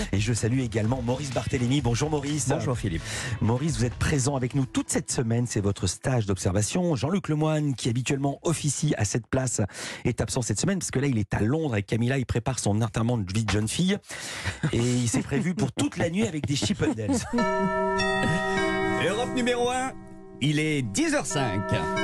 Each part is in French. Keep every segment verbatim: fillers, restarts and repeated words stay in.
Et je salue également Maurice Barthélémy. Bonjour Maurice. Bonjour Philippe. Maurice, vous êtes présent avec nous toute cette semaine. C'est votre stage d'observation. Jean-Luc Lemoyne, qui habituellement officie à cette place, est absent cette semaine parce que là, il est à Londres avec Camilla. Il prépare son enterrement de vie de jeune fille. Et il s'est prévu pour toute la nuit avec des Chippendales. Europe numéro un, il est dix heures cinq.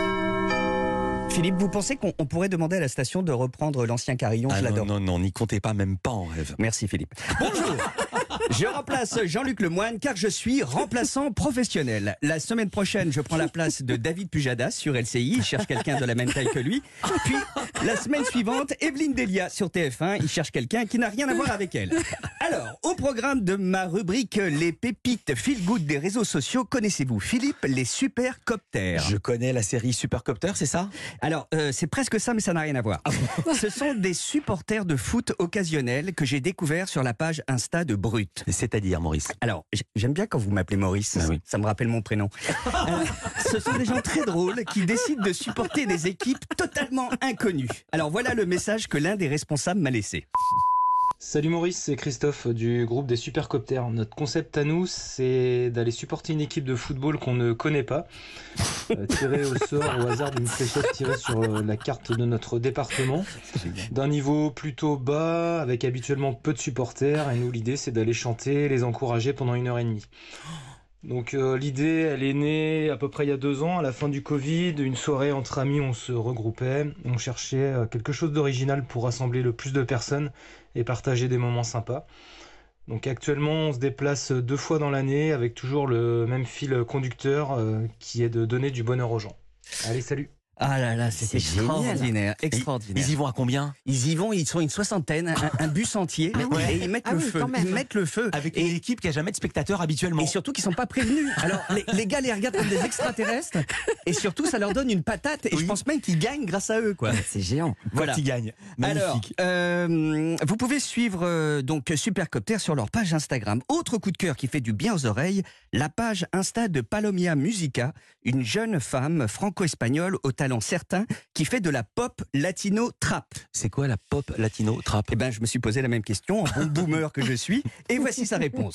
Philippe, vous pensez qu'on on pourrait demander à la station de reprendre l'ancien carillon? Ah Je non, l'adore. non, non, n'y comptez pas, même pas en rêve. Merci Philippe. Bonjour. Je remplace Jean-Luc Lemoyne car je suis remplaçant professionnel. La semaine prochaine, je prends la place de David Pujadas sur L C I. Il cherche quelqu'un de la même taille que lui. Puis, la semaine suivante, Evelyne Delia sur T F un. Il cherche quelqu'un qui n'a rien à voir avec elle. Alors, au programme de ma rubrique Les pépites feel good des réseaux sociaux, connaissez-vous, Philippe, les supercoptères? Je connais la série Supercopter, c'est ça? Alors, euh, c'est presque ça, mais ça n'a rien à voir. Ce sont des supporters de foot occasionnels que j'ai découverts sur la page Insta de Brut. C'est-à-dire, Maurice? Alors, j- j'aime bien quand vous m'appelez Maurice, Ah oui. ça me rappelle mon prénom. Euh, ce sont des gens très drôles qui décident de supporter des équipes totalement inconnues. Alors voilà le message que l'un des responsables m'a laissé. Salut Maurice, c'est Christophe du groupe des Supercopters. Notre concept à nous, c'est d'aller supporter une équipe de football qu'on ne connaît pas, euh, tirer au sort au hasard d'une fléchette tirée sur euh, la carte de notre département, d'un niveau plutôt bas, avec habituellement peu de supporters. Et nous, l'idée, c'est d'aller chanter, les encourager pendant une heure et demie. Donc euh, l'idée, elle est née à peu près il y a deux ans, à la fin du Covid, une soirée entre amis, on se regroupait, on cherchait euh, quelque chose d'original pour rassembler le plus de personnes et partager des moments sympas. Donc actuellement, on se déplace deux fois dans l'année avec toujours le même fil conducteur euh, qui est de donner du bonheur aux gens. Allez, salut! Ah là là, c'est C'est génial. extraordinaire, Ils, extraordinaire. ils y vont à combien? Ils y vont, ils sont une soixantaine, un, un bus entier, Ah oui. et ils mettent Ah le oui, feu. quand même. Ils mettent le feu. Avec Et- une équipe qui a jamais de spectateurs habituellement. Et surtout qu'ils sont pas prévenus. Alors les, les gars les regardent comme des extraterrestres. Et surtout ça leur donne une patate. Et Oui. je pense même qu'ils gagnent grâce à eux, quoi. C'est géant. Voilà. Qui gagne. Alors, Magnifique. euh, vous pouvez suivre euh, donc Supercopter sur leur page Instagram. Autre coup de cœur qui fait du bien aux oreilles, la page Insta de Palomia Musica, une jeune femme franco-espagnole au talent certain qui fait de la pop latino trap. C'est quoi la pop latino trap? Eh ben, je me suis posé la même question, en bon boomer que je suis, et voici sa réponse.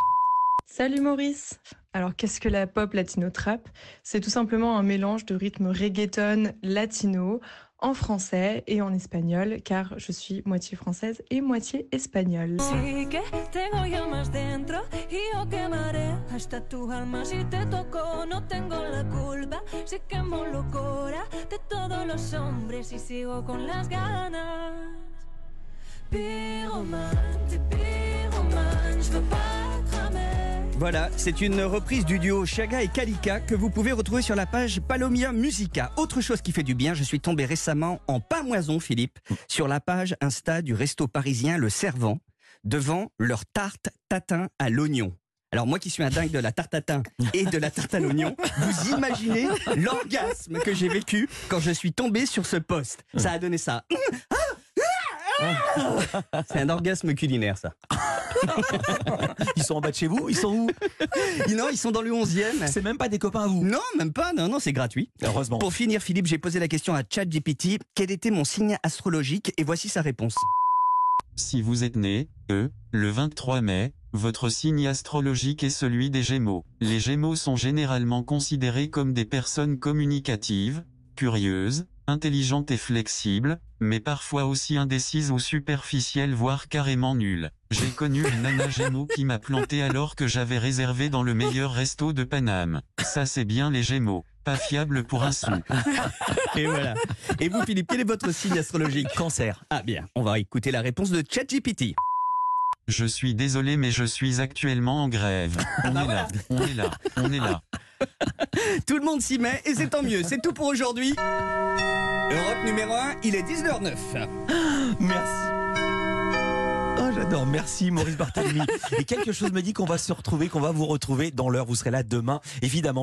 Salut Maurice. Alors qu'est-ce que la pop latino trap? C'est tout simplement un mélange de rythme reggaeton latino en français et en espagnol, car je suis moitié française et moitié espagnole. Sí que tengo yo más dentro y yo quemaré hasta tu alma si te toco, no tengo la culpa, si quemo locura de todos los hombres y sigo con las ganas. Pyromane, pyromane, je veux pas cramer. Voilà, c'est une reprise du duo Chaga et Kalika que vous pouvez retrouver sur la page Palomia Musica. Autre chose qui fait du bien, je suis tombé récemment en pamoison, Philippe, sur la page Insta du resto parisien Le Servant, devant leur tarte tatin à l'oignon. Alors moi qui suis un dingue de la tarte tatin et de la tarte à l'oignon, vous imaginez l'orgasme que j'ai vécu quand je suis tombé sur ce post. Ça a donné ça. C'est un orgasme culinaire, ça. Ils sont en bas de chez vous? Ils sont où? Non, ils sont dans le onzième. C'est même pas des copains à vous? Non, même pas, non, non, c'est gratuit. Heureusement. Pour finir, Philippe, j'ai posé la question à ChatGPT, quel était mon signe astrologique? Et voici sa réponse. Si vous êtes né, E, le vingt-trois mai, votre signe astrologique est celui des Gémeaux. Les Gémeaux sont généralement considérés comme des personnes communicatives, curieuses, intelligentes et flexibles, mais parfois aussi indécises ou superficielles voire carrément nulles. J'ai connu une nana Gémeaux qui m'a planté alors que j'avais réservé dans le meilleur resto de Paname. Ça c'est bien les Gémeaux, pas fiable pour un sou. Et voilà. Et vous, Philippe, quel est votre signe astrologique? Cancer. Ah bien, on va écouter la réponse de ChatGPT. Je suis désolé mais je suis actuellement en grève. On est là, on est là, on est là. Tout le monde s'y met et c'est tant mieux. C'est tout pour aujourd'hui. Europe numéro un, il est dix-neuf heures neuf. Merci. Oh, j'adore. Merci Maurice Barthélémy. Et quelque chose me dit qu'on va se retrouver, qu'on va vous retrouver dans l'heure. Vous serez là demain, évidemment.